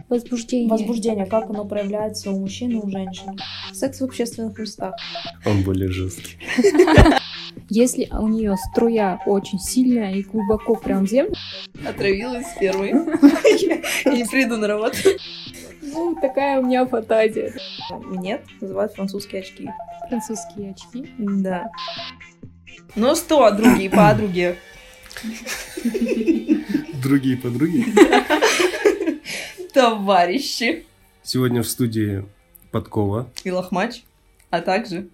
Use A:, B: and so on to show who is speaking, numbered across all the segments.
A: Возбуждение.
B: Возбуждение, как оно проявляется у мужчин и у женщин. Секс в общественных местах.
C: Он более жесткий.
A: Если у нее струя очень сильная и глубоко прям в землю.
B: Отравилась первой. И не приду на работу.
A: Ну, такая у меня фантазия.
B: Нет, называют французские очки.
A: Французские очки.
B: Да. Ну что, другие подруги?
C: Другие подруги.
B: Товарищи.
C: Сегодня в студии Подкова.
B: И Лохмач, а также...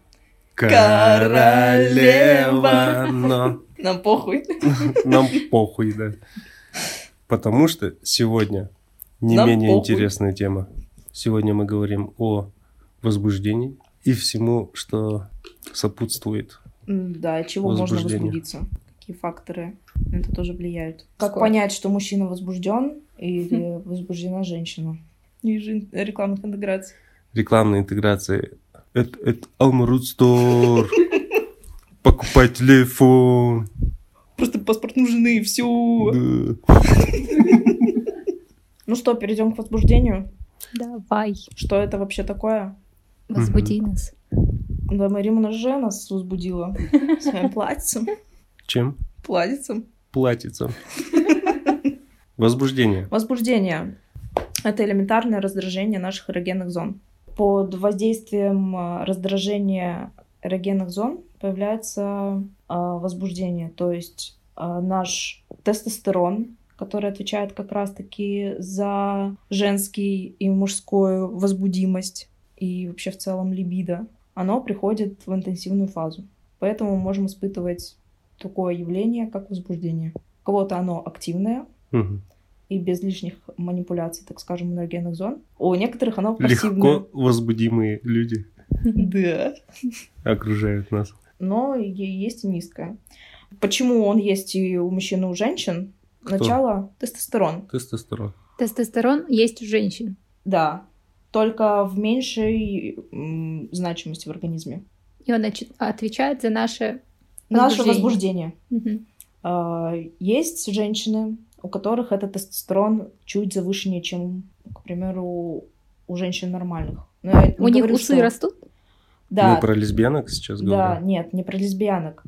C: Королева. Но
B: Нам похуй.
C: нам похуй, да. Потому что сегодня не
B: Нам
C: менее
B: похуй.
C: интересная тема. Сегодня мы говорим о возбуждении и всему, что сопутствует.
B: Да, от чего можно
C: Возбуждение.
B: возбудиться? Какие факторы на это тоже влияют? Как
A: Сколько?
B: понять, что мужчина возбужден или возбуждена женщина? Ниже рекламных интеграций.
C: Рекламная интеграция. Это Алмарут Стор. Покупай телефон.
B: Просто паспорт нужен и все.
C: Да.
B: Ну что, перейдем к возбуждению.
A: Давай.
B: Что это вообще такое?
A: Возбуди нас.
B: Да, Марина уже нас возбудила своим платьицем.
C: Чем?
B: Платьицем.
C: Платится. Возбуждение.
B: Возбуждение — это элементарное раздражение наших эрогенных зон. Под воздействием раздражения эрогенных зон появляется возбуждение, то есть наш тестостерон, который отвечает как раз-таки за женский и мужскую возбудимость и вообще в целом либидо, оно приходит в интенсивную фазу. Поэтому мы можем испытывать такое явление, как возбуждение. У кого-то оно активное
C: Мгм.
B: и без лишних манипуляций, так скажем, эрогенных зон. У некоторых оно пассивное.
C: Легко возбудимые люди
B: Да.
C: окружают нас.
B: Но есть и низкое. Почему он есть и у мужчин, и у женщин?
C: Кто?
B: Начало — тестостерон.
C: Тестостерон.
A: Тестостерон есть у женщин.
B: Да. Только в меньшей значимости в организме.
A: И он отвечает за наше
B: Наше возбуждение.
A: Мгм.
B: Есть женщины, у которых этот тестостерон чуть завышеннее, чем, к примеру, у женщин нормальных. Но я не
A: У них
B: говорю,
A: усы
B: что-
A: растут?
B: Да,
C: Мы про лесбиянок сейчас
B: да,
C: говорим.
B: нет, не про лесбиянок.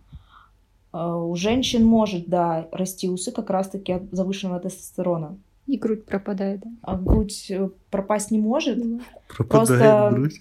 B: У женщин может, да, расти усы как раз-таки от завышенного тестостерона.
A: И грудь пропадает. Да?
B: А грудь пропасть не может,
C: Пропадает
B: Просто-
C: грудь.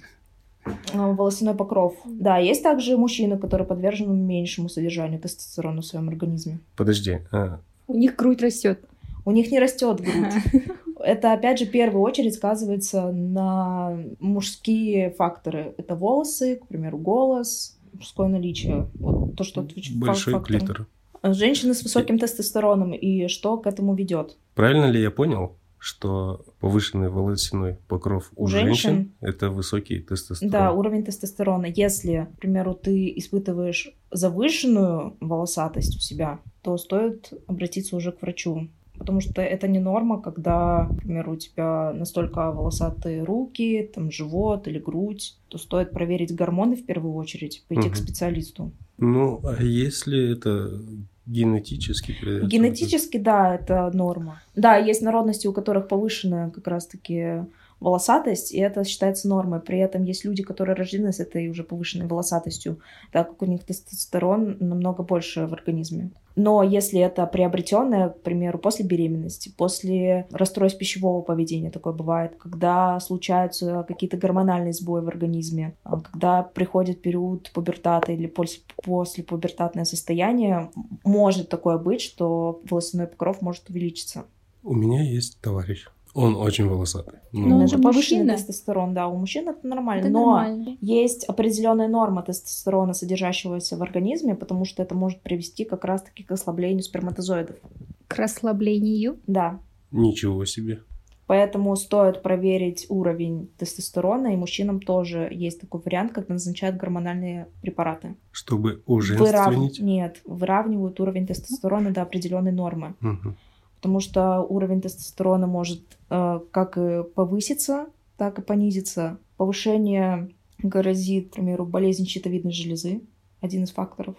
B: волосяной покров. Да, есть также мужчины, которые подвержены меньшему содержанию тестостерона в своем организме.
C: Подожди.
A: У них грудь растет.
B: У них не растет грудь. Это, опять же, в первую очередь сказывается на мужские факторы. Это волосы, к примеру, голос, мужское наличие. Вот то, что
C: Большой
B: факторы.
C: клитор.
B: Женщины с высоким тестостероном и что к этому ведет?
C: Правильно ли я понял, что повышенный волосяной покров у
B: У
C: женщин
B: женщин?
C: это высокий тестостерон?
B: Да, уровень тестостерона. Если, к примеру, ты испытываешь завышенную волосатость у себя, то стоит обратиться уже к врачу. Потому что это не норма, когда, к примеру, у тебя настолько волосатые руки, там живот или грудь, то стоит проверить гормоны в первую очередь, пойти к
C: Мгм.
B: специалисту.
C: Ну, а если это генетически передается?
B: Генетически, да, это норма. Да, есть народности, у которых повышенная как раз-таки волосатость, и это считается нормой. При этом есть люди, которые рождены с этой уже повышенной волосатостью, так как у них тестостерон намного больше в организме. Но если это приобретенное, к примеру, после беременности, после расстройств пищевого поведения, такое бывает, когда случаются какие-то гормональные сбои в организме, когда приходит период пубертата или послепубертатное состояние, может такое быть, что волосяной покров может увеличиться.
C: У меня есть товарищ. Он очень волосатый.
A: Ну, он
B: это
A: же
B: повышенный
A: мужчина.
B: тестостерон, да, у мужчин это нормально,
A: Это
B: но
A: нормально.
B: есть определенная норма тестостерона, содержащегося в организме, потому что это может привести как раз-таки к ослаблению сперматозоидов.
A: К расслаблению.
B: Да,
C: Ничего себе.
B: поэтому стоит проверить уровень тестостерона, и мужчинам тоже есть такой вариант, когда назначают гормональные препараты.
C: Чтобы уженственнить.
B: Нет, выравнивают уровень тестостерона до определенной нормы.
C: Мгм.
B: Потому что уровень тестостерона может как и повыситься, так и понизиться. Повышение грозит, к примеру, болезнь щитовидной железы, один из факторов,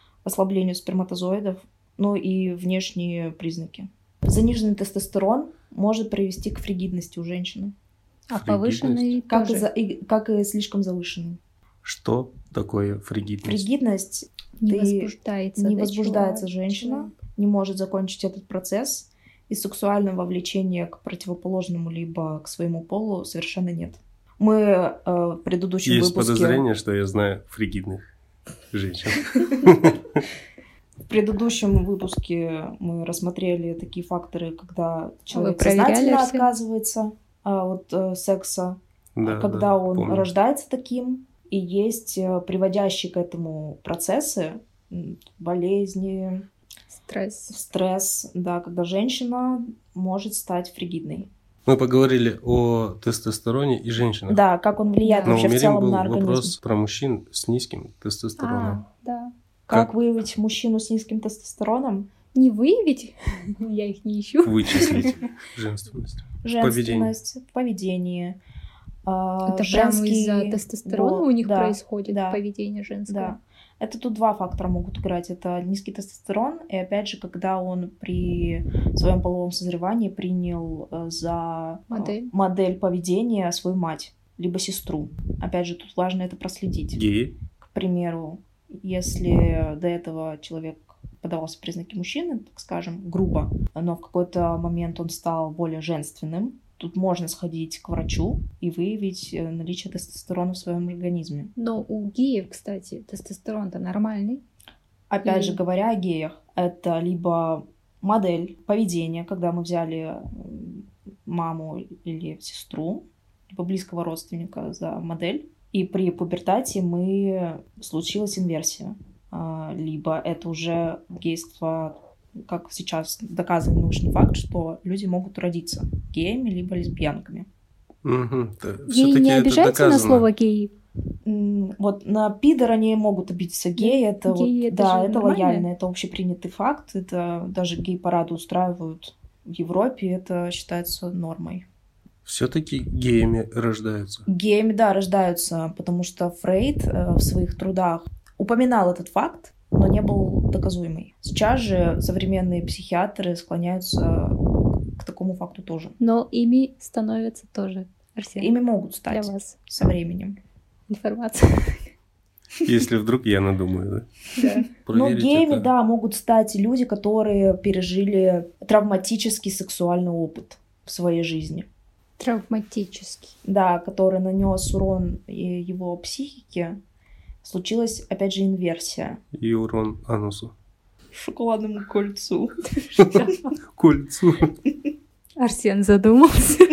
B: ослаблению сперматозоидов, ну и внешние признаки. Заниженный тестостерон может привести к фригидности у женщины.
A: А повышенный
B: Как
A: тоже.
B: как и слишком завышенный.
C: Что такое фригидность?
B: Фригидность
A: Не
B: ты-
A: возбуждается.
B: не
A: да,
B: возбуждается
A: человек.
B: женщина, не может закончить этот процесс, и сексуального влечения к противоположному либо к своему полу совершенно нет. Мы в предыдущем
C: Есть
B: выпуске...
C: подозрение, что я знаю фригидных женщин.
B: В предыдущем выпуске мы рассмотрели такие факторы, когда человек
A: проверяли
B: сознательно
A: все?
B: отказывается от секса,
C: Да,
B: когда
C: да,
B: он
C: помню.
B: рождается таким, и есть приводящие к этому процессы, болезни,
A: Стресс.
B: стресс, да, когда женщина может стать фригидной.
C: Мы поговорили о тестостероне и женщинах.
B: Да, как он влияет
A: Да.
C: Но
B: вообще
C: у
B: в
C: Мирим
B: целом
C: был
B: на организм.
C: вопрос про мужчин с низким тестостероном.
A: Да.
B: Как
C: Как
B: выявить мужчину с низким тестостероном?
A: Не выявить, я их не ищу.
C: вычислить женственность.
B: Женственность в поведении.
A: Это прямо из-за тестостерона у них
B: да,
A: происходит
B: да.
A: поведение женское.
B: Да. Это тут два фактора могут играть. Это низкий тестостерон, и опять же, когда он при своем половом созревании принял за
A: Модель.
B: поведения свою мать, либо сестру. Опять же, тут важно это проследить.
C: Геи.
B: К примеру, если до этого человек подавался признаки мужчины, так скажем, грубо, но в какой-то момент он стал более женственным, тут можно сходить к врачу и выявить наличие тестостерона в своем организме.
A: Но у геев, кстати, тестостерон-то нормальный.
B: Опять
A: И-
B: же, говоря о геях, это либо модель поведения, когда мы взяли маму или сестру, либо близкого родственника за модель, и при пубертате случилась инверсия. Либо это уже гейство, как сейчас доказанный научный факт, что люди могут родиться геями либо лесбиянками.
A: Геи не обижаются на слово геи?
B: Вот на пидора не могут обидеться геи, это
A: Геи
B: вот,
A: это
B: да,
A: же
B: это
A: нормально.
B: лояльно, это общепринятый факт, это даже гей-парады устраивают в Европе, это считается нормой.
C: Все-таки геями рождаются.
B: Геями, да, рождаются, потому что Фрейд в своих трудах упоминал этот факт, но не был доказуемый. Сейчас же современные психиатры склоняются к такому факту тоже.
A: Но ими становятся тоже. Арсен,
B: Ими могут
A: для
B: стать
A: вас
B: со временем.
A: информация.
C: Если вдруг я надумаю, да?
A: Да.
B: Но
C: Проверить
B: геями,
C: это.
B: да, могут стать люди, которые пережили травматический сексуальный опыт в своей жизни.
A: Травматический.
B: Да, который нанес урон его психике. Случилась, опять же, инверсия.
C: И урон анусу.
B: Шоколадному кольцу.
C: Кольцу.
A: Арсен задумался.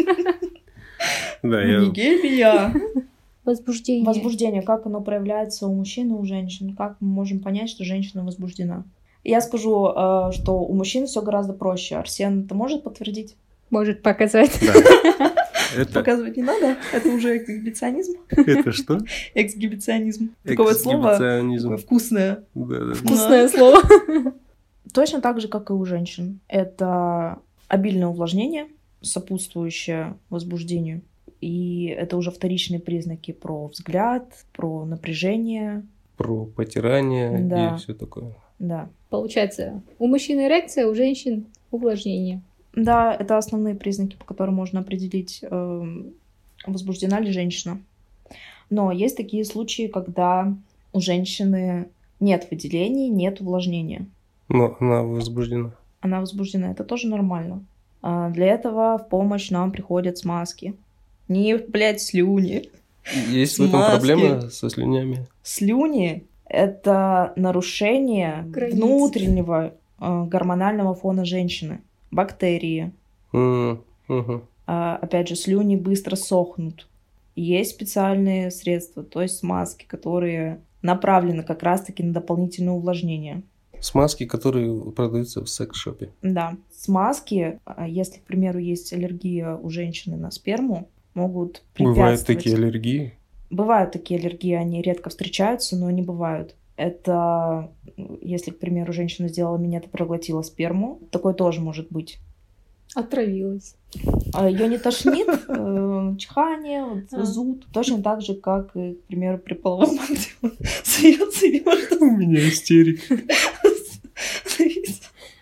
C: Да, я...
B: Нигерия.
A: Возбуждение.
B: Возбуждение, как оно проявляется у мужчин и у женщин? Как мы можем понять, что женщина возбуждена? Я скажу, что у мужчин все гораздо проще. Арсен, ты можешь подтвердить?
A: Может показать.
C: Да. Это,
B: Показывать не надо. Это уже эксгибиционизм.
C: это что?
B: Эксгибиционизм. Такое слово
C: Эксгибиционизм.
B: вкусное.
C: Да.
A: Вкусное слово.
B: Точно так же, как и у женщин. Это обильное увлажнение, сопутствующее возбуждению. И это уже вторичные признаки про взгляд, про напряжение.
C: Про потирание
B: Да.
C: и все такое.
B: Да.
A: Получается, у мужчин эрекция, у женщин увлажнение.
B: Да, это основные признаки, по которым можно определить, возбуждена ли женщина. Но есть такие случаи, когда у женщины нет выделений, нет увлажнения.
C: Но она возбуждена.
B: Она возбуждена. Это тоже нормально. Для этого в помощь нам приходят смазки. Не, блядь, слюни.
C: Есть в этом
B: Смазки.
C: проблема со слюнями?
B: Слюни — это нарушение
A: Границ.
B: внутреннего гормонального фона женщины. Бактерии.
C: Мгм.
B: Опять же, слюни быстро сохнут. Есть специальные средства, то есть смазки, которые направлены как раз-таки на дополнительное увлажнение.
C: Смазки, которые продаются в секс-шопе.
B: Да. Смазки, если, к примеру, есть аллергия у женщины на сперму, могут
C: Бывают
B: препятствовать.
C: такие аллергии.
B: Бывают такие аллергии, они редко встречаются, но они бывают. Это, если, к примеру, женщина сделала минет и проглотила сперму, такое тоже может быть.
A: Отравилась.
B: Ее не тошнит, чихание,
A: А.
B: зуд. Точно так же, как, и, к примеру, при половом акте. Смеется и не может
C: У меня истерика.
B: остановиться.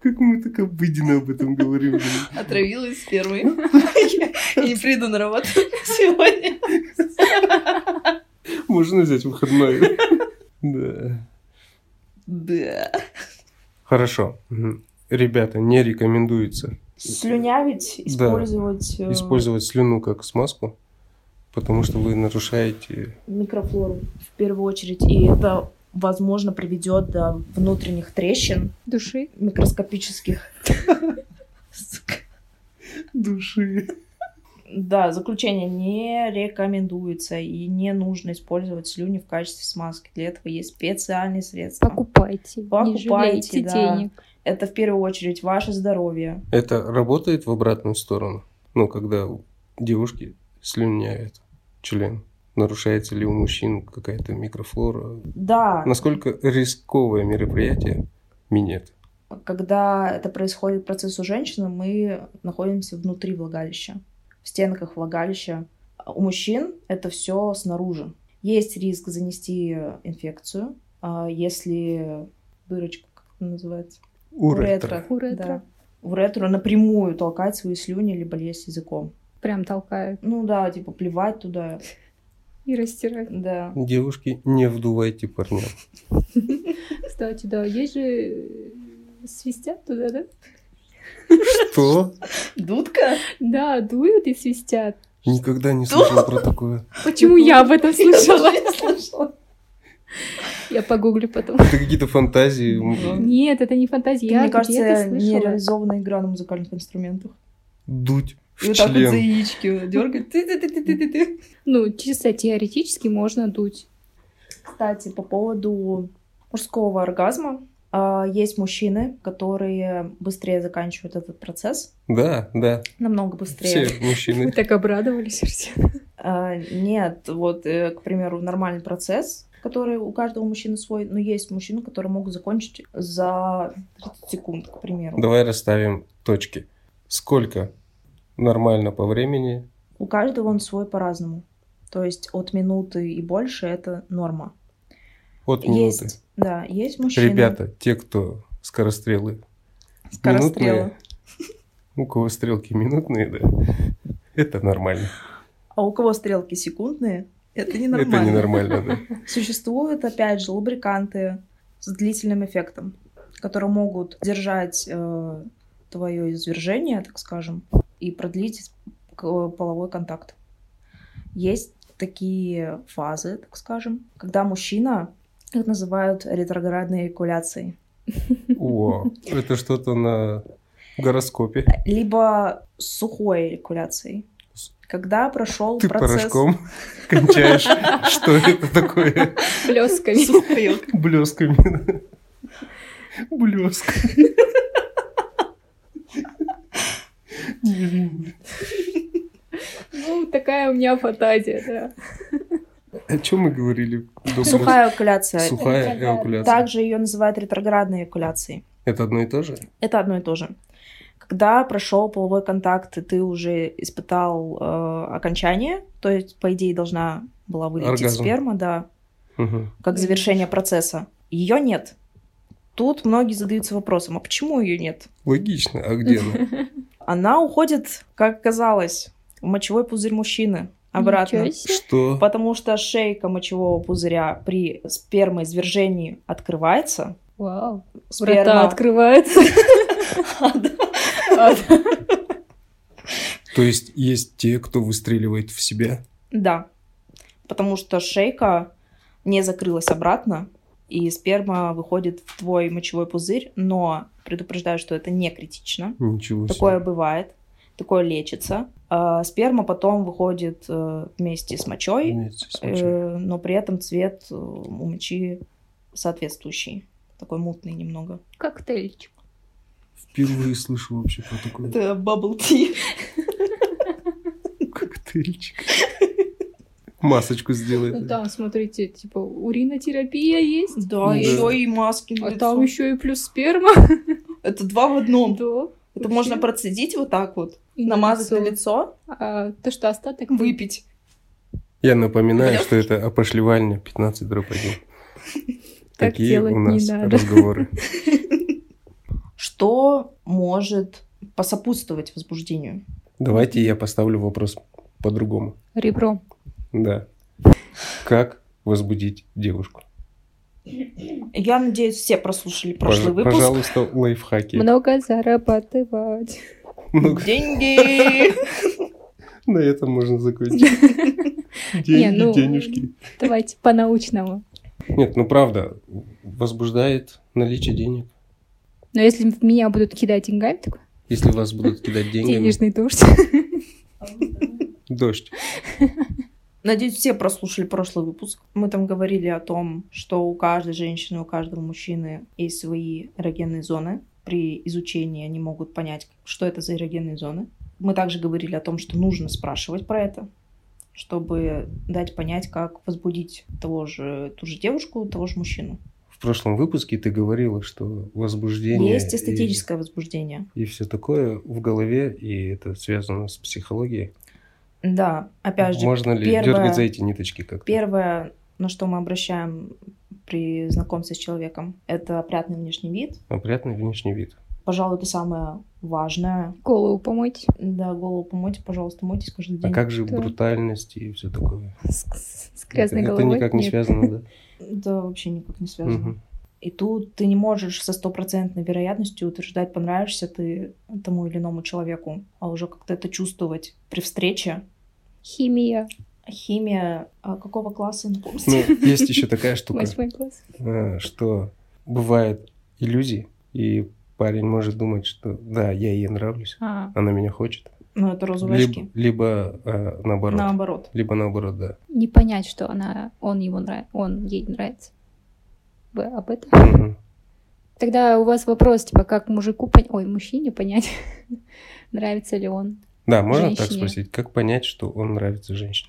C: Как мы так обыденно об этом говорим.
B: Отравилась спермой. Я не приду на работу сегодня.
C: Можно взять выходной. Да.
B: Да.
C: Хорошо. Ребята, не рекомендуется
B: Слюнявить, использовать...
C: использовать слюну как смазку, потому что вы нарушаете...
B: микрофлору в первую очередь. И это, возможно, приведет до внутренних трещин.
A: Души.
B: Микроскопических.
C: Души.
B: Да, заключение: не рекомендуется и не нужно использовать слюни в качестве смазки. Для этого есть специальные средства.
A: Покупайте. Не
B: Покупайте,
A: жалейте
B: да.
A: денег.
B: Это в первую очередь ваше здоровье.
C: Это работает в обратную сторону? Ну, когда девушки слюняют член, нарушается ли у мужчин какая-то микрофлора?
B: Да,
C: Насколько рисковое мероприятие? Минет.
B: когда это происходит процесс у женщины, мы находимся внутри влагалища, в стенках влагалища. У мужчин это все снаружи. Есть риск занести инфекцию, если дырочка, как это называется?
C: Уретра.
A: Уретра.
B: Да. Уретру напрямую толкать свои слюни, либо лезть языком.
A: Прям толкают
B: Ну да, типа плевать туда.
A: и растирают.
B: Да.
C: Девушки, не вдувайте парням.
A: Кстати, да, есть же свистят туда, да?
C: Что?
B: Дудка?
A: Да, дуют и свистят.
C: Никогда не слышал про такое.
A: Почему я об этом слышала?
B: Я слышала.
A: Я погуглю потом.
C: Это какие-то фантазии.
A: Нет, это не фантазия. Я
B: Мне
A: где-то
B: кажется,
A: слышала.
B: нереализованная игра на музыкальных инструментах.
C: Дуть
B: И
C: в
B: вот так вот за
C: член.
B: яички дергать. Ты-ты-ты-ты-ты-ты.
A: Ну, чисто теоретически можно дуть.
B: Кстати, по поводу мужского оргазма. Есть мужчины, которые быстрее заканчивают этот процесс.
C: Да, да.
B: Намного быстрее.
C: Все мужчины.
A: Мы так обрадовались все.
B: Нет, вот, к примеру, нормальный процесс, который у каждого мужчины свой, но есть мужчины, которые могут закончить за 30 секунд, к примеру.
C: Давай расставим точки. Сколько нормально по времени?
B: У каждого он свой по-разному. То есть от минуты и больше это норма.
C: От минуты.
B: Есть, да, есть мужчины.
C: Ребята, те, кто скорострелы.
B: Скорострелы.
C: Минутные. У кого стрелки минутные, да. Это нормально.
B: А у кого стрелки секундные, это ненормально.
C: Это ненормально, да.
B: Существуют, опять же, лубриканты с длительным эффектом, которые могут держать твое извержение, так скажем, и продлить половой контакт. Есть такие фазы, так скажем, когда мужчина, их называют ретроградной эякуляцией.
C: О, это что-то на гороскопе.
B: Либо сухой эякуляцией. Когда прошел
C: Ты
B: процесс...
C: порошком кончаешь. Что это такое?
A: Блесками.
B: Сухой.
C: Блесками. Блеск.
A: Ну, такая у меня фантазия, да.
C: О чем мы говорили?
B: Сухая эякуляция.
C: Сухая эякуляция.
B: Также ее называют ретроградной эякуляцией.
C: Это одно и то же?
B: Это одно и то же. Когда прошел половой контакт, и ты уже испытал окончание, то есть, по идее, должна была вылететь
C: Оргазм.
B: сперма, да,
C: Угу.
B: как завершение процесса. Ее нет. Тут многие задаются вопросом, а почему ее нет?
C: Логично. А где она?
B: Она уходит, как оказалось, в мочевой пузырь мужчины обратно.
A: Ничего себе.
C: Что?
B: Потому что шейка мочевого пузыря при спермоизвержении открывается.
A: Вау.
B: Сперма...
A: Врата открываются.
C: То есть есть те, кто выстреливает в себя?
B: Да. Потому что шейка не закрылась обратно, и сперма выходит в твой мочевой пузырь, но предупреждаю, что это не критично.
C: Ничего себе.
B: Такое бывает, такое лечится. Сперма потом выходит вместе с мочой,
C: Вместе с мочой.
B: но при этом цвет у мочи соответствующий, такой мутный немного.
A: Коктейльчик.
C: Впервые слышу вообще про такое.
B: Это bubble tea.
C: Коктейльчик. Масочку
A: Ну
C: сделает.
A: там, смотрите, типа уринотерапия есть.
B: Да,
C: Да.
B: еще и маски на
A: А
B: лицо.
A: там еще и плюс сперма.
B: Это 2 в 1.
A: Да.
B: Это
A: Вообще.
B: можно процедить вот так вот,
A: И на
B: намазать на
A: лицо.
B: лицо,
A: А то, что остаток
B: выпить.
C: Я напоминаю, что это опошлевальня 15/1.
A: Так
C: Такие
A: делать
C: у
A: не
C: нас
A: надо.
C: разговоры.
B: Что может посопутствовать возбуждению?
C: Давайте я поставлю вопрос по-другому.
A: Ребро.
C: Да. Как возбудить девушку?
B: Я надеюсь, все прослушали прошлый выпуск.
C: Пожалуйста, лайфхаки.
A: Много зарабатывать.
B: Деньги!
C: На этом можно закончить. Денежки.
A: Давайте по-научному.
C: Нет, ну правда, возбуждает наличие денег.
A: Но если в меня будут кидать деньгами, так
C: Если вас будут кидать деньгами,
A: денежный дождь.
C: дождь.
B: Надеюсь, все прослушали прошлый выпуск. Мы там говорили о том, что у каждой женщины, у каждого мужчины есть свои эрогенные зоны. При изучении они могут понять, что это за эрогенные зоны. Мы также говорили о том, что нужно спрашивать про это, чтобы дать понять, как возбудить ту же девушку, того же мужчину.
C: В прошлом выпуске ты говорила, что возбуждение...
B: Есть эстетическое возбуждение.
C: И все такое в голове, и это связано с психологией.
B: Да, опять же,
C: можно ли дергать за эти ниточки как-то?
B: Первое, на что мы обращаем при знакомстве с человеком, это опрятный внешний вид.
C: Опрятный внешний вид.
B: Пожалуй, это самое важное.
A: Голову помойте.
B: Да, голову помойте, пожалуйста, мойтесь каждый день.
C: А как же
A: Да.
C: брутальность и все такое?
A: С грязной
C: это
A: головой?
C: никак не
A: Нет.
C: связано, да?
B: Да, вообще никак не связано.
C: Мгм.
B: И тут ты не можешь со стопроцентной вероятностью утверждать, понравишься ты тому или иному человеку, а уже как-то это чувствовать при встрече.
A: Химия.
B: Химия какого класса?
C: Ну, есть еще такая штука,
A: 8 класс.
C: что бывают иллюзии, и парень может думать, что да, я ей нравлюсь,
A: А,
C: она меня хочет.
B: Ну, это розовые очки.
C: Либо наоборот.
B: Наоборот.
C: Либо наоборот, да.
A: не понять, что он ей нравится. Вы об этом?
C: Мгм.
A: Тогда у вас вопрос, типа, как мужчине понять, нравится ли он.
C: Да, можно так
A: Женщине.
C: спросить, как понять, что он нравится женщине?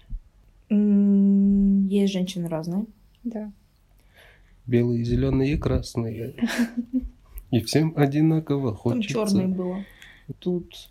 B: Есть женщины разные.
A: Да.
C: Белые, зеленые и красные. И всем одинаково
B: Там
C: хочется.
B: черные было. Тут,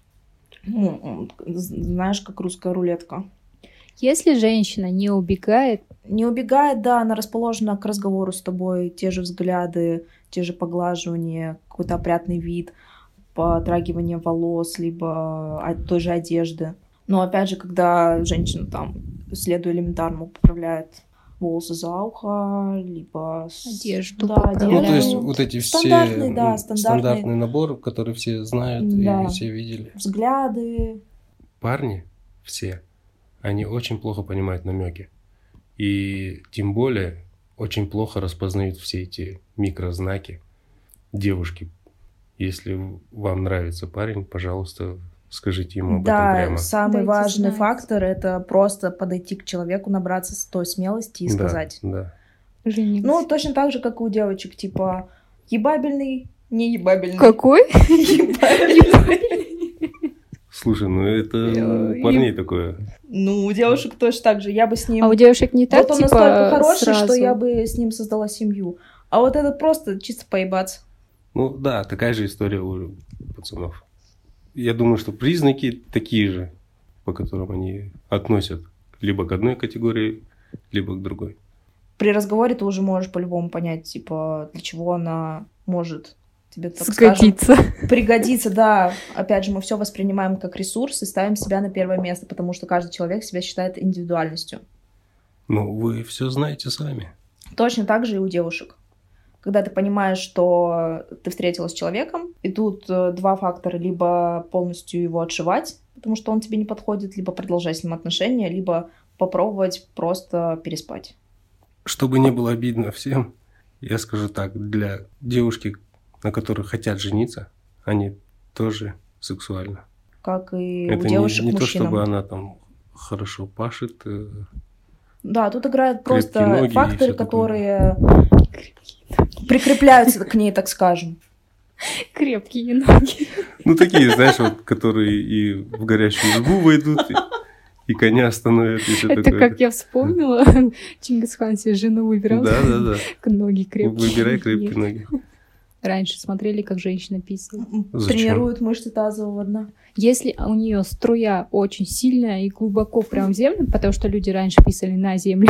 B: знаешь, как русская рулетка.
A: Если женщина не убегает,
B: Не убегает, да, она расположена к разговору с тобой, те же взгляды, те же поглаживания, какой-то опрятный вид, потрагивание волос, либо той же одежды. Но опять же, когда женщина там, следуя элементарному, поправляет волосы за ухо, либо...
A: Одежду
B: да,
A: поправляет.
C: Ну, то есть
B: одежду.
C: вот эти все
B: Стандартный, да,
C: стандартный набор, который все знают
B: Да.
C: и все видели.
B: Взгляды.
C: Парни все, они очень плохо понимают намеки. И тем более очень плохо распознают все эти микрознаки. Девушки, если вам нравится парень, пожалуйста, скажите ему об этом
B: Да,
C: прямо.
B: самый
A: Дайте
B: важный
A: знать.
B: фактор — это просто подойти к человеку, набраться той смелости и
C: Да,
B: сказать.
C: Да.
A: женился.
B: Ну, точно так же, как и у девочек, типа, ебабельный, не ебабельный.
A: Какой?
B: Ебабельный.
C: Слушай, ну это у
A: И-
C: парней такое.
B: Ну, у девушек точно так же. Я бы с ним...
A: А у девушек не так,
B: Вот он
A: типа,
B: настолько хороший,
A: сразу?
B: что я бы с ним создала семью. А вот этот просто чисто поебаться.
C: Ну да, такая же история у пацанов. Я думаю, что признаки такие же, по которым они относят либо к одной категории, либо к другой.
B: При разговоре ты уже можешь по-любому понять, типа, для чего она может тебе, так скажем,
A: Сгодится.
B: пригодиться, да. Опять же, мы все воспринимаем как ресурс и ставим себя на первое место, потому что каждый человек себя считает индивидуальностью.
C: Ну, вы все знаете сами.
B: Точно так же и у девушек. Когда ты понимаешь, что ты встретилась с человеком, и тут два фактора: либо полностью его отшивать, потому что он тебе не подходит, либо продолжать с ним отношения, либо попробовать просто переспать.
C: Чтобы не было обидно всем, я скажу так, для девушки, на которых хотят жениться, они тоже сексуальны.
B: Как и
C: Это
B: у девушек
C: не то,
B: мужчинам.
C: чтобы она там хорошо пашет.
B: Да, тут играют
C: Крепкие
B: просто
C: ноги и
B: факторы,
C: всё такое.
B: которые прикрепляются к ней, так скажем.
A: Крепкие ноги.
C: Ну, такие, знаешь, вот, которые и в горящую избу войдут, и коня остановят, и все
A: Это
C: такое.
A: как я вспомнила. Чингисхан себе жену выбирал.
C: Да.
A: Ноги крепкие.
C: Выбирай крепкие ноги.
A: Раньше смотрели, как женщина писала.
C: Зачем?
B: Тренируют мышцы тазового дна.
A: Если у нее струя очень сильная и глубоко прям в землю, потому что люди раньше писали на землю,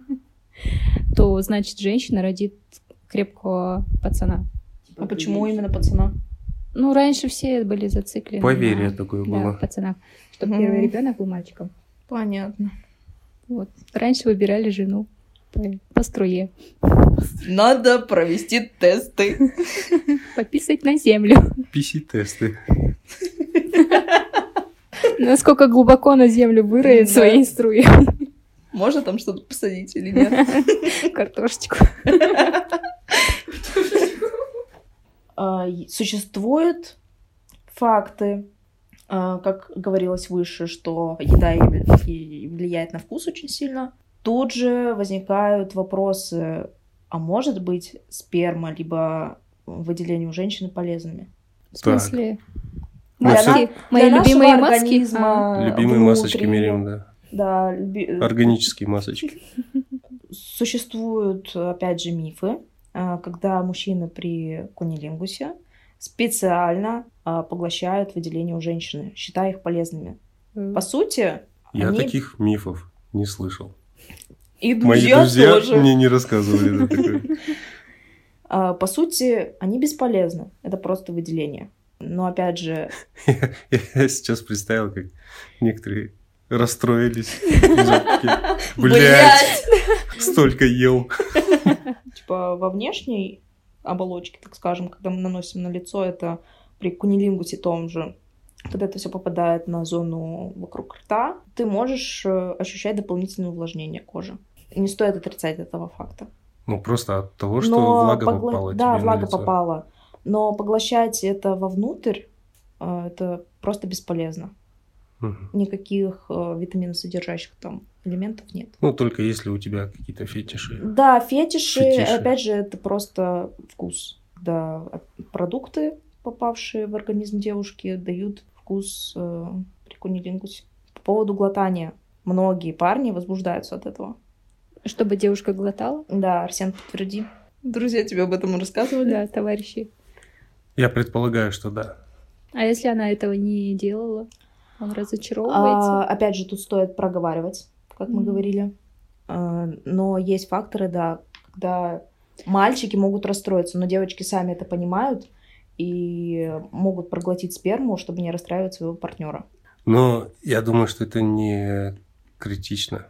A: то значит женщина родит крепкого пацана.
B: А почему именно пацана?
A: Ну, раньше все были зациклены.
C: Поверье
A: на-
C: такое
A: Да,
C: было.
A: в пацанах. Что
B: Мгм.
A: первый ребенок был мальчиком.
B: Понятно.
A: Вот. Раньше выбирали жену по струе.
B: Надо провести тесты.
A: Пописать на землю.
C: PC-тесты.
A: Насколько глубоко на землю выроет
B: Да.
A: своей струей.
B: Можно там что-то посадить или нет?
A: Картошечку.
B: Существуют факты, как говорилось выше, что еда и влияет на вкус очень сильно. Тут же возникают вопросы, а может быть сперма либо выделение у женщины полезными?
A: В смысле?
C: Ну,
A: Маски?
C: всё-
A: Мои
B: Для нашего
A: любимые маски?
B: организма
C: Любимые масочки
B: внутри,
C: меряем, да.
B: Да,
C: Органические масочки.
B: Существуют, опять же, мифы, когда мужчины при куннилингусе специально поглощают выделение у женщины, считая их полезными. По сути,
C: Я
B: они...
C: таких мифов не слышал.
B: и
C: Мои
B: друзья
C: друзья
B: тоже.
C: мне не рассказывали это такое.
B: По сути, они бесполезны. Это просто выделение. Но опять же,
C: Я сейчас представил, как некоторые расстроились. Блять, столько ел.
B: типа во внешней оболочке, так скажем, когда мы наносим на лицо, это при куннилингусе том же, когда это все попадает на зону вокруг рта, ты можешь ощущать дополнительное увлажнение кожи. Не стоит отрицать этого факта.
C: Ну, просто от того, что
B: Но
C: влага попала
B: да,
C: тебе на
B: влага
C: лицо.
B: попала. Но поглощать это вовнутрь, это просто бесполезно.
C: Мгм.
B: Никаких витаминосодержащих там элементов нет.
C: Ну, только если у тебя какие-то фетиши.
B: Да, фетиши,
C: Фетиши.
B: опять же, это просто вкус. Да, продукты, попавшие в организм девушки, дают вкус при куннилингусе. По поводу глотания. Многие парни возбуждаются от этого.
A: Чтобы девушка глотала?
B: Да, Арсен, подтверди. Друзья тебе об этом рассказывали?
A: Да, товарищи.
C: Я предполагаю, что да.
A: А если она этого не делала? Он разочаровывается?
B: Опять же, тут стоит проговаривать, как мы
A: Мгм.
B: говорили. Но есть факторы, да, когда мальчики могут расстроиться, но девочки сами это понимают и могут проглотить сперму, чтобы не расстраивать своего партнера.
C: Но я думаю, что это не критично.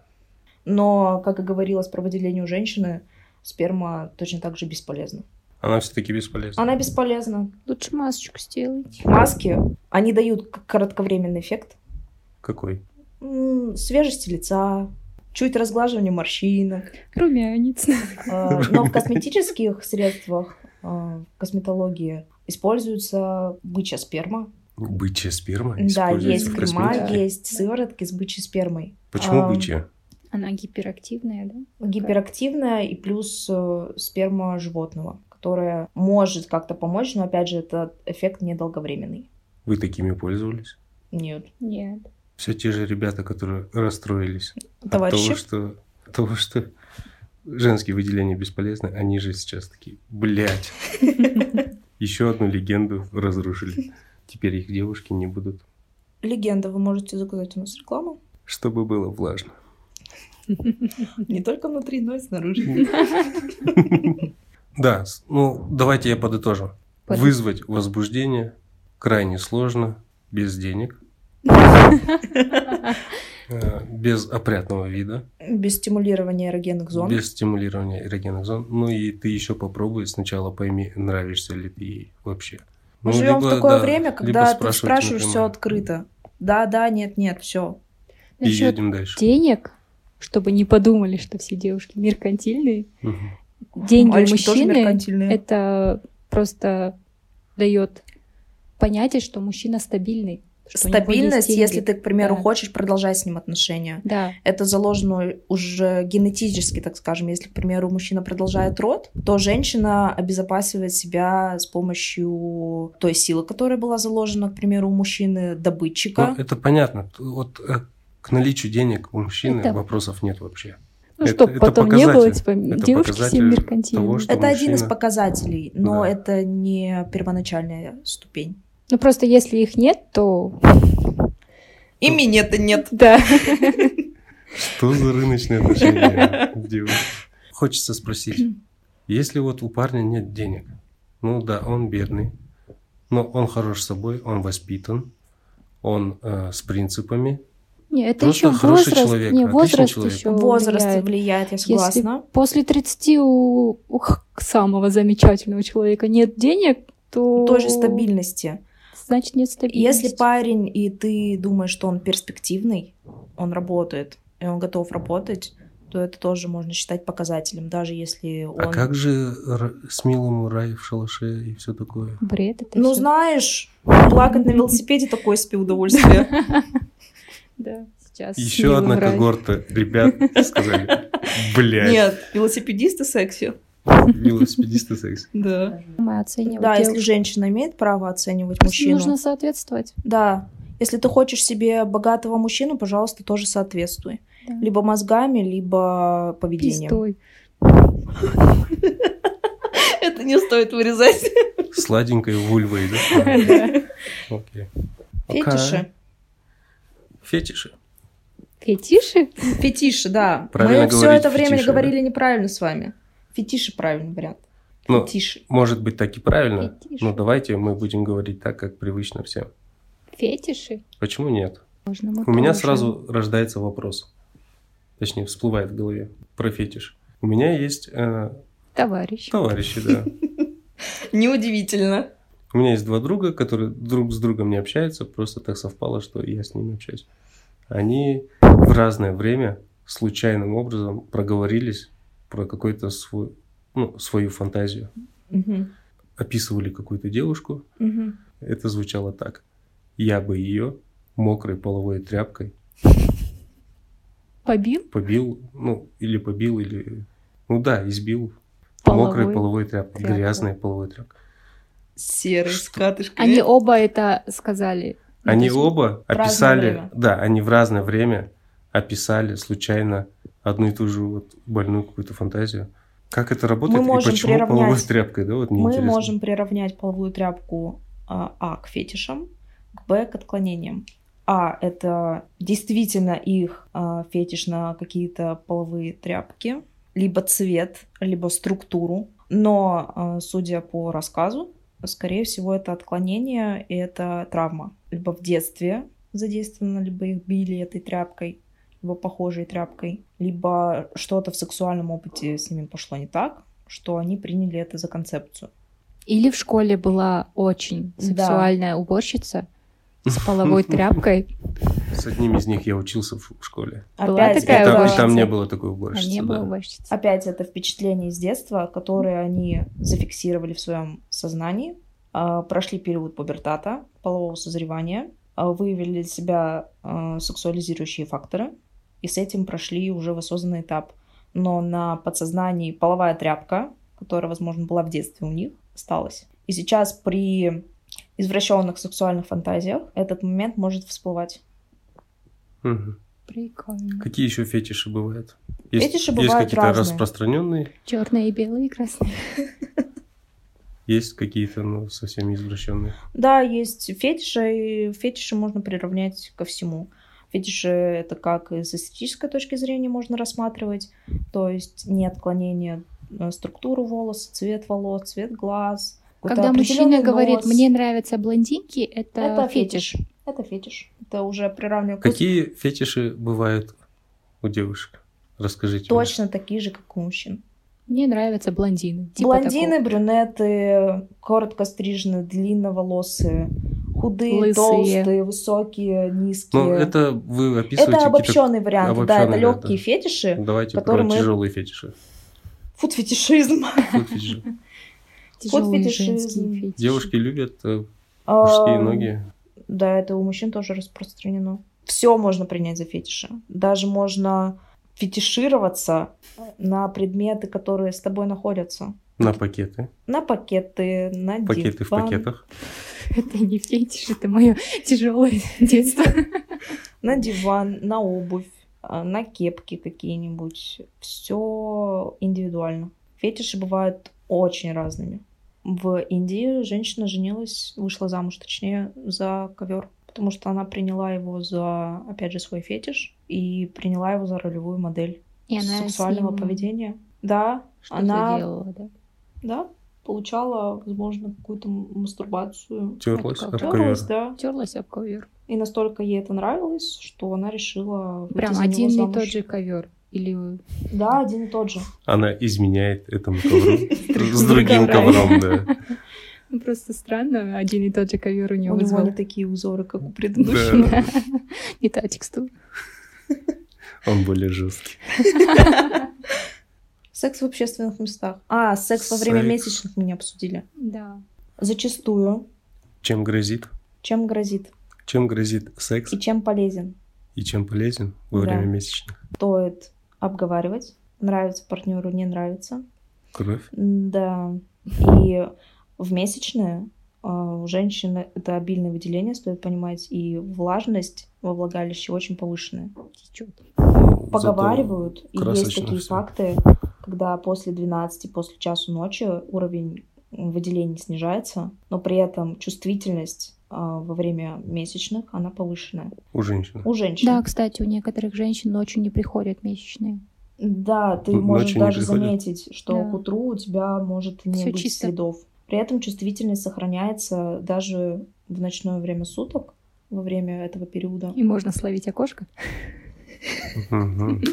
B: Но, как и говорилось про выделение у женщины, сперма точно так же бесполезна.
C: Она все-таки бесполезна.
B: Она бесполезна.
A: Лучше масочку сделайте.
B: Маски, они дают кратковременный эффект.
C: Какой?
B: Свежести лица, чуть разглаживание морщинок.
A: Румянец.
B: Но в косметических средствах, в косметологии используется бычья сперма.
C: Бычья сперма
B: Да,
C: используется
B: есть
C: в
B: крема,
C: косметике?
B: есть сыворотки с бычьей спермой.
C: Почему
B: А,
C: бычья?
A: Она гиперактивная, да?
B: Гиперактивная и плюс сперма животного, которая может как-то помочь, но опять же этот эффект недолговременный.
C: Вы такими пользовались?
B: Нет.
A: Нет.
C: Все те же ребята, которые расстроились
B: Товарищи?
C: от того, что женские выделения бесполезны, они же сейчас такие, блядь, еще одну легенду разрушили. Теперь их девушки не будут.
B: Легенда, вы можете заказать у нас рекламу.
C: Чтобы было влажно.
B: Не только внутри, но и снаружи.
C: Да, ну давайте я подытожу. Вызвать возбуждение крайне сложно, без денег, без опрятного вида,
B: Без стимулирования эрогенных зон.
C: без стимулирования эрогенных зон. Ну и ты еще попробуй сначала пойми, нравишься ли ты ей вообще.
B: Мы
C: Ну,
B: живем в
C: либо,
B: такое
C: да,
B: время,
C: либо
B: когда ты
C: спрашивать
B: спрашиваешь все
C: напрямую.
B: открыто. Да, да, нет, нет, все.
C: И
A: Насчет
C: едем дальше.
A: денег, чтобы не подумали, что все девушки меркантильные.
C: Мгм.
A: Деньги у
B: Мальчики тоже
A: мужчины
B: меркантильные.
A: это просто дает понятие, что мужчина стабильный. Что у него есть
B: Стабильность,
A: деньги.
B: если ты, к примеру,
A: Да.
B: хочешь продолжать с ним отношения.
A: Да.
B: Это заложено уже генетически, так скажем. Если, к примеру, мужчина продолжает род, то женщина обезопасивает себя с помощью той силы, которая была заложена, к примеру, у мужчины, добытчика.
C: Ну, это понятно. Вот к наличию денег у мужчины
A: Это-
C: вопросов нет вообще.
A: Ну,
C: Это-
A: чтобы
C: это
A: потом не было,
C: показатель.
A: типа,
C: Это
A: девушки все
C: показатель
A: меркантильные.
C: того, что-
B: Это один из
C: мужчина-
B: показателей, но
C: Да.
B: это не первоначальная ступень.
A: Ну, просто если их нет, то...
B: Ими нет и нет.
A: Да.
C: Что за рыночные отношения, девушки? Хочется спросить, если вот у парня нет денег, ну да, он бедный, Но он хорош собой, он воспитан, он с принципами.
A: Не, это
C: Просто
A: еще
C: хороший
A: возраст.
C: человек,
A: Не,
C: отличный
A: возраст
C: человек.
A: еще
B: Возраст влияет, я согласна.
A: Если после 30 у самого замечательного человека нет денег, то...
B: Той же стабильности.
A: Значит, нет стабильности.
B: Если парень, и ты думаешь, что он перспективный, он работает, и он готов работать, то это тоже можно считать показателем, даже если он...
C: А как же с милым рай в шалаше и все такое?
A: Бред это
B: Ну,
A: всё.
B: знаешь, плакать на велосипеде такое себе удовольствие.
A: Да, сейчас.
C: Еще
A: милый
C: одна
A: рай.
C: когорта ребят сказали, блядь,
B: Нет, велосипедисты секси.
C: велосипедисты секс.
B: Да.
A: Мы оцениваем
B: Да, если
A: девушек.
B: женщина имеет право оценивать мужчину.
A: Нужно соответствовать.
B: Да. Если ты хочешь себе богатого мужчину, пожалуйста, тоже соответствуй.
A: Да.
B: Либо мозгами, либо поведением.
A: Пиздой.
B: Это не стоит вырезать.
C: Сладенькой вульвой, да? Окей.
B: Фетиши.
C: Фетиши.
A: Фетиши?
B: Фетиши, да.
C: Правильно
B: Мы все
C: говорить
B: это время
C: фетиши,
B: говорили неправильно с вами. Фетиши правильный вариант.
C: Ну,
B: Фетиши.
C: может быть, так и правильно,
A: Фетиши.
C: но давайте мы будем говорить так, как привычно всем.
A: Фетиши?
C: Почему нет?
A: Можно мы
C: У меня
A: тоже.
C: сразу рождается вопрос. Точнее, всплывает в голове про фетиш. У меня есть
A: Товарищ.
C: товарищи, да.
B: Неудивительно.
C: У меня есть два друга, которые друг с другом не общаются, просто так совпало, что я с ними общаюсь. Они в разное время случайным образом проговорились про какой-то свою фантазию.
B: Мгм.
C: Описывали какую-то девушку.
B: Мгм.
C: Это звучало так. Я бы ее мокрой половой тряпкой
A: Побил?
C: побил, или... Ну да, избил
A: Половой
C: мокрой половой тряпкой,
A: тряпкой.
C: грязной половой тряпкой.
B: Серый, с катышкой.
A: Они оба это сказали. Ну,
C: Они
A: то есть
C: оба
B: в разное
C: описали,
B: время.
C: да, они в разное время описали случайно одну и ту же вот больную какую-то фантазию. Как это работает
B: Мы
C: и
B: можем
C: почему
B: приравнять-
C: половой тряпкой, да, вот мне
B: Мы
C: интересно.
B: можем приравнять половую тряпку к фетишам, к отклонениям. Это действительно их фетиш на какие-то половые тряпки, либо цвет, либо структуру. Но, судя по рассказу, скорее всего, это отклонение и это травма. Либо в детстве задействовано, либо их били этой тряпкой, либо похожей тряпкой, либо что-то в сексуальном опыте с ними пошло не так, что они приняли это за концепцию.
A: Или в школе была очень
B: Да.
A: сексуальная уборщица с половой тряпкой.
C: С одним из них я учился в школе.
A: Была
B: Опять
A: такая
C: И там,
A: уборщица?
C: и там не было такой
A: А
C: уборщицы.
A: не было
C: да.
A: уборщицы.
B: Опять это впечатление из детства, которые они зафиксировали в своем сознании, прошли период пубертата, полового созревания, выявили для себя сексуализирующие факторы, и с этим прошли уже в осознанный этап. Но на подсознании половая тряпка, которая, возможно, была в детстве у них, осталась. И сейчас при извращенных сексуальных фантазиях этот момент может всплывать.
C: Мгм.
A: Прикольно.
C: Какие еще фетиши бывают?
B: Фетиши
C: есть
B: бывают
C: какие-то
B: разные.
C: распространенные,
A: Черные, белые, красные.
C: есть какие-то совсем извращенные.
B: Да, есть фетиши, и фетиши можно приравнять ко всему. Фетиши это как и с эстетической точки зрения можно рассматривать, то есть не отклонение структуру волос, цвет волос, цвет глаз. какой-то
A: Когда мужчина
B: определенный
A: говорит,
B: нос.
A: мне нравятся блондинки, это
B: Это
A: фетиш.
B: фетиш. Это фетиш. Это уже приравниваю к
C: Какие фетиши бывают у девушек? Расскажите.
B: точно такие же, как у мужчин.
A: Мне нравятся блондины. Типа
B: Блондины, брюнеты, коротко стриженные, длинноволосые, худые,
A: Лысые.
B: толстые, высокие, низкие.
C: Ну, это вы описываете
B: Это
C: какие-то...
B: обобщенный вариант. Да, это
C: обобщенный вариант,
B: легкие
C: да.
B: фетиши.
C: Давайте
B: которые
C: про
B: мы-
C: тяжелые фетиши.
B: Фуд-фетишизм.
C: Фут-фетиши.
A: Тяжелые
B: фетишизм.
A: женские фетиши.
C: Девушки любят мужские ноги.
B: Да, это у мужчин тоже распространено. Все можно принять за фетиши. Даже можно фетишироваться на предметы, которые с тобой находятся.
C: На пакеты.
B: На пакеты, на
C: Пакеты в
B: диван,
C: пакетах.
A: Это не фетиш, это мое тяжелое детство.
B: на диван, на обувь, на кепки какие-нибудь. Все индивидуально. Фетиши бывают очень разными. В Индии женщина женилась, вышла замуж, точнее, за ковер, потому что она приняла его за, опять же, свой фетиш и приняла его за ролевую модель
A: И она
B: сексуального
A: с ним
B: поведения. Да,
A: что-то делала, да?
B: да. получала, возможно, какую-то мастурбацию.
C: Терлась
A: Это
C: об
A: как?
C: ковер.
B: Терлась, да.
A: Терлась об ковер.
B: И настолько ей это нравилось, что она решила выйти
A: Прям
B: за него
A: один и
B: замуж.
A: тот же ковер. Или
B: Да, один и тот же.
C: Она изменяет этому ковру с
A: коврами.
C: другим ковром, да.
A: ну, просто странно, один и тот же ковер у
B: У
A: него
B: него
A: вызвал.
B: не такие узоры, как у предыдущего.
C: Да.
A: Не та текстура.
C: Он более жесткий.
B: Секс в общественных местах. Секс во время
C: Секс.
B: месячных мы не обсудили.
A: Да.
B: Зачастую.
C: Чем грозит?
B: Чем грозит
C: Чем грозит секс
B: и чем полезен.
C: и чем полезен во
B: Да.
C: время месячных?
B: Стоит обговаривать. Нравится партнеру, не нравится.
C: Кровь?
B: Да. И в месячные у женщины это обильное выделение, стоит понимать, и влажность во влагалище очень повышенная.
A: Течет.
B: Поговаривают, и есть
C: красочно
B: такие
C: всё.
B: факты, когда после 12, после часу ночи уровень выделений снижается, но при этом чувствительность во время месячных, она повышенная.
C: У женщины.
B: У женщин.
A: Да, кстати, у некоторых женщин ночью не приходят месячные.
B: Да, ты
C: Ночью
B: можешь
C: не
B: даже
C: приходят?
B: заметить, что
A: Да.
B: к утру у тебя может не
A: Всё
B: быть
A: чисто.
B: следов. При этом чувствительность сохраняется даже в ночное время суток, во время этого периода.
A: И можно словить окошко.
C: Мгм.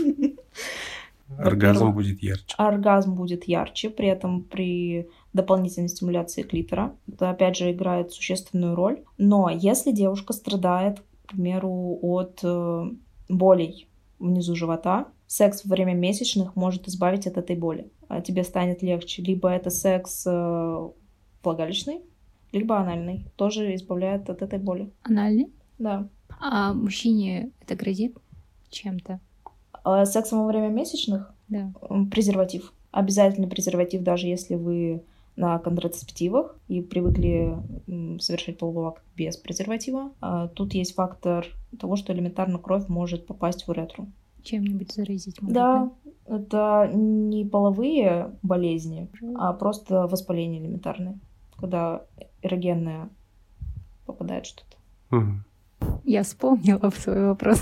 C: Оргазм будет ярче.
B: Оргазм будет ярче, при этом при дополнительной стимуляции клитора. Это, опять же, играет существенную роль. Но если девушка страдает, к примеру, от болей внизу живота, секс во время месячных может избавить от этой боли. А тебе станет легче. Либо это секс влагалищный, либо анальный. Тоже избавляет от этой боли.
A: Анальный.
B: Да.
A: А мужчине это грозит чем-то?
B: Сексом во время месячных
A: Да.
B: презерватив. Обязательно презерватив, даже если вы на контрацептивах и привыкли совершать половой акт без презерватива. Тут есть фактор того, что элементарно кровь может попасть в уретру.
A: Чем-нибудь заразить может,
B: Да, это не половые болезни, а просто воспаление элементарное, когда эрогенное попадает что-то.
C: Мгм.
A: Я вспомнила свой вопрос.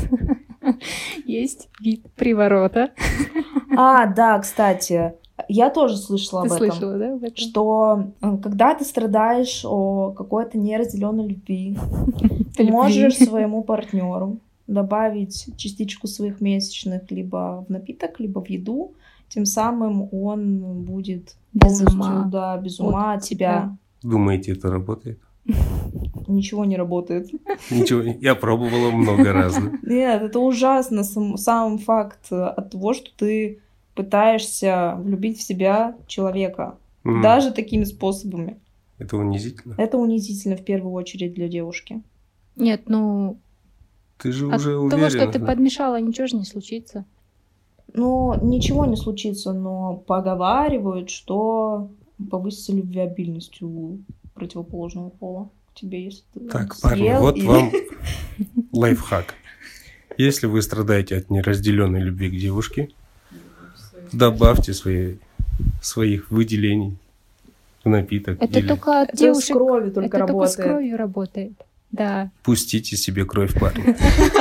A: Есть вид приворота.
B: Да, кстати, я тоже слышала
A: Ты
B: об этом.
A: слышала, да, об этом?
B: Что когда ты страдаешь о какой-то неразделенной любви, ты
A: Любви.
B: можешь своему партнеру добавить частичку своих месячных либо в напиток, либо в еду, тем самым он будет
A: Без
B: полностью,
A: ума
B: да, без ума
A: от
B: от тебя.
C: Думаете, это работает?
B: Ничего не работает.
C: Ничего, я пробовала много раз. Да?
B: Нет, это ужасно, сам факт от того, что ты пытаешься влюбить в себя человека.
C: М.
B: Даже такими способами.
C: Это унизительно.
B: Это унизительно в первую очередь для девушки.
A: Нет, ну,
C: Ты же
A: от
C: уже
A: того,
C: уверена.
A: что ты подмешала, ничего же не случится.
B: Ну, ничего не случится, но поговаривают, что повысится любвеобильность у противоположного пола к тебе, если ты
C: Так, парни,
B: съел
C: вот
B: и-
C: вам лайфхак. Если вы страдаете от неразделенной любви к девушке, добавьте своих выделений в напиток.
A: Это
C: или
A: только от
B: Это с
A: девушек.
B: кровью только
A: Это только с
B: работает.
A: кровью работает. Да.
C: Пустите себе кровь, парни.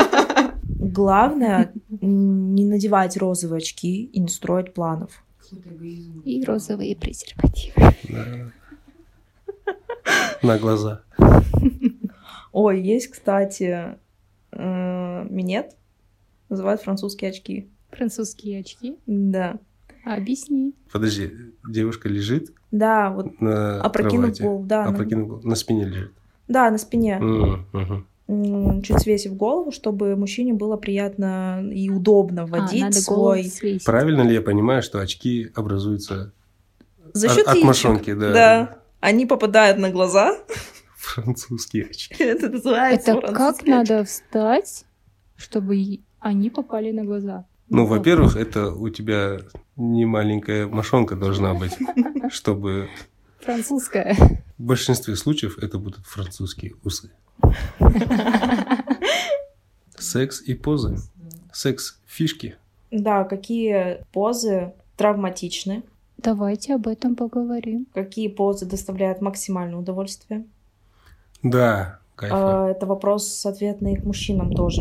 B: Главное не надевать розовые очки и не строить планов.
A: И розовые презервативы.
C: Да. На глаза.
B: Ой, есть, кстати, минет. Называют французские очки.
A: Французские очки.
B: Да.
A: Объясни.
C: Подожди, девушка лежит
B: Да, вот
C: на
B: опрокинув
C: кровати.
B: голову. Да,
C: Опрокинув голову. На спине лежит.
B: да, на спине.
C: Мгм.
B: Чуть свесив голову, чтобы мужчине было приятно и удобно вводить
A: надо голову
B: свой...
A: свесить.
C: Правильно ли я понимаю, что очки образуются
B: За счет
C: от
B: яичек.
C: мошонки, да?
B: Да. Они попадают на глаза.
C: Французские очки.
B: Это называется
A: Это как
B: французские очки.
A: надо встать, чтобы они попали на глаза?
C: Ну, во-первых, это у тебя не маленькая мошонка должна быть, чтобы
A: Французская.
C: в большинстве случаев это будут французские усы. Секс и позы. Секс-фишки.
B: Да, какие позы травматичны,
A: Давайте об этом поговорим.
B: какие позы доставляют максимальное удовольствие.
C: Да, кайфа.
B: Это вопрос ответный и к мужчинам тоже.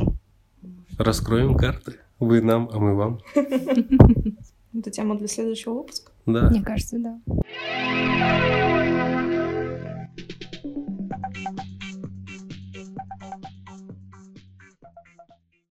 C: Раскроем карты. Вы нам, а мы вам.
B: Это тема для следующего выпуска.
C: Да.
A: Мне кажется, да.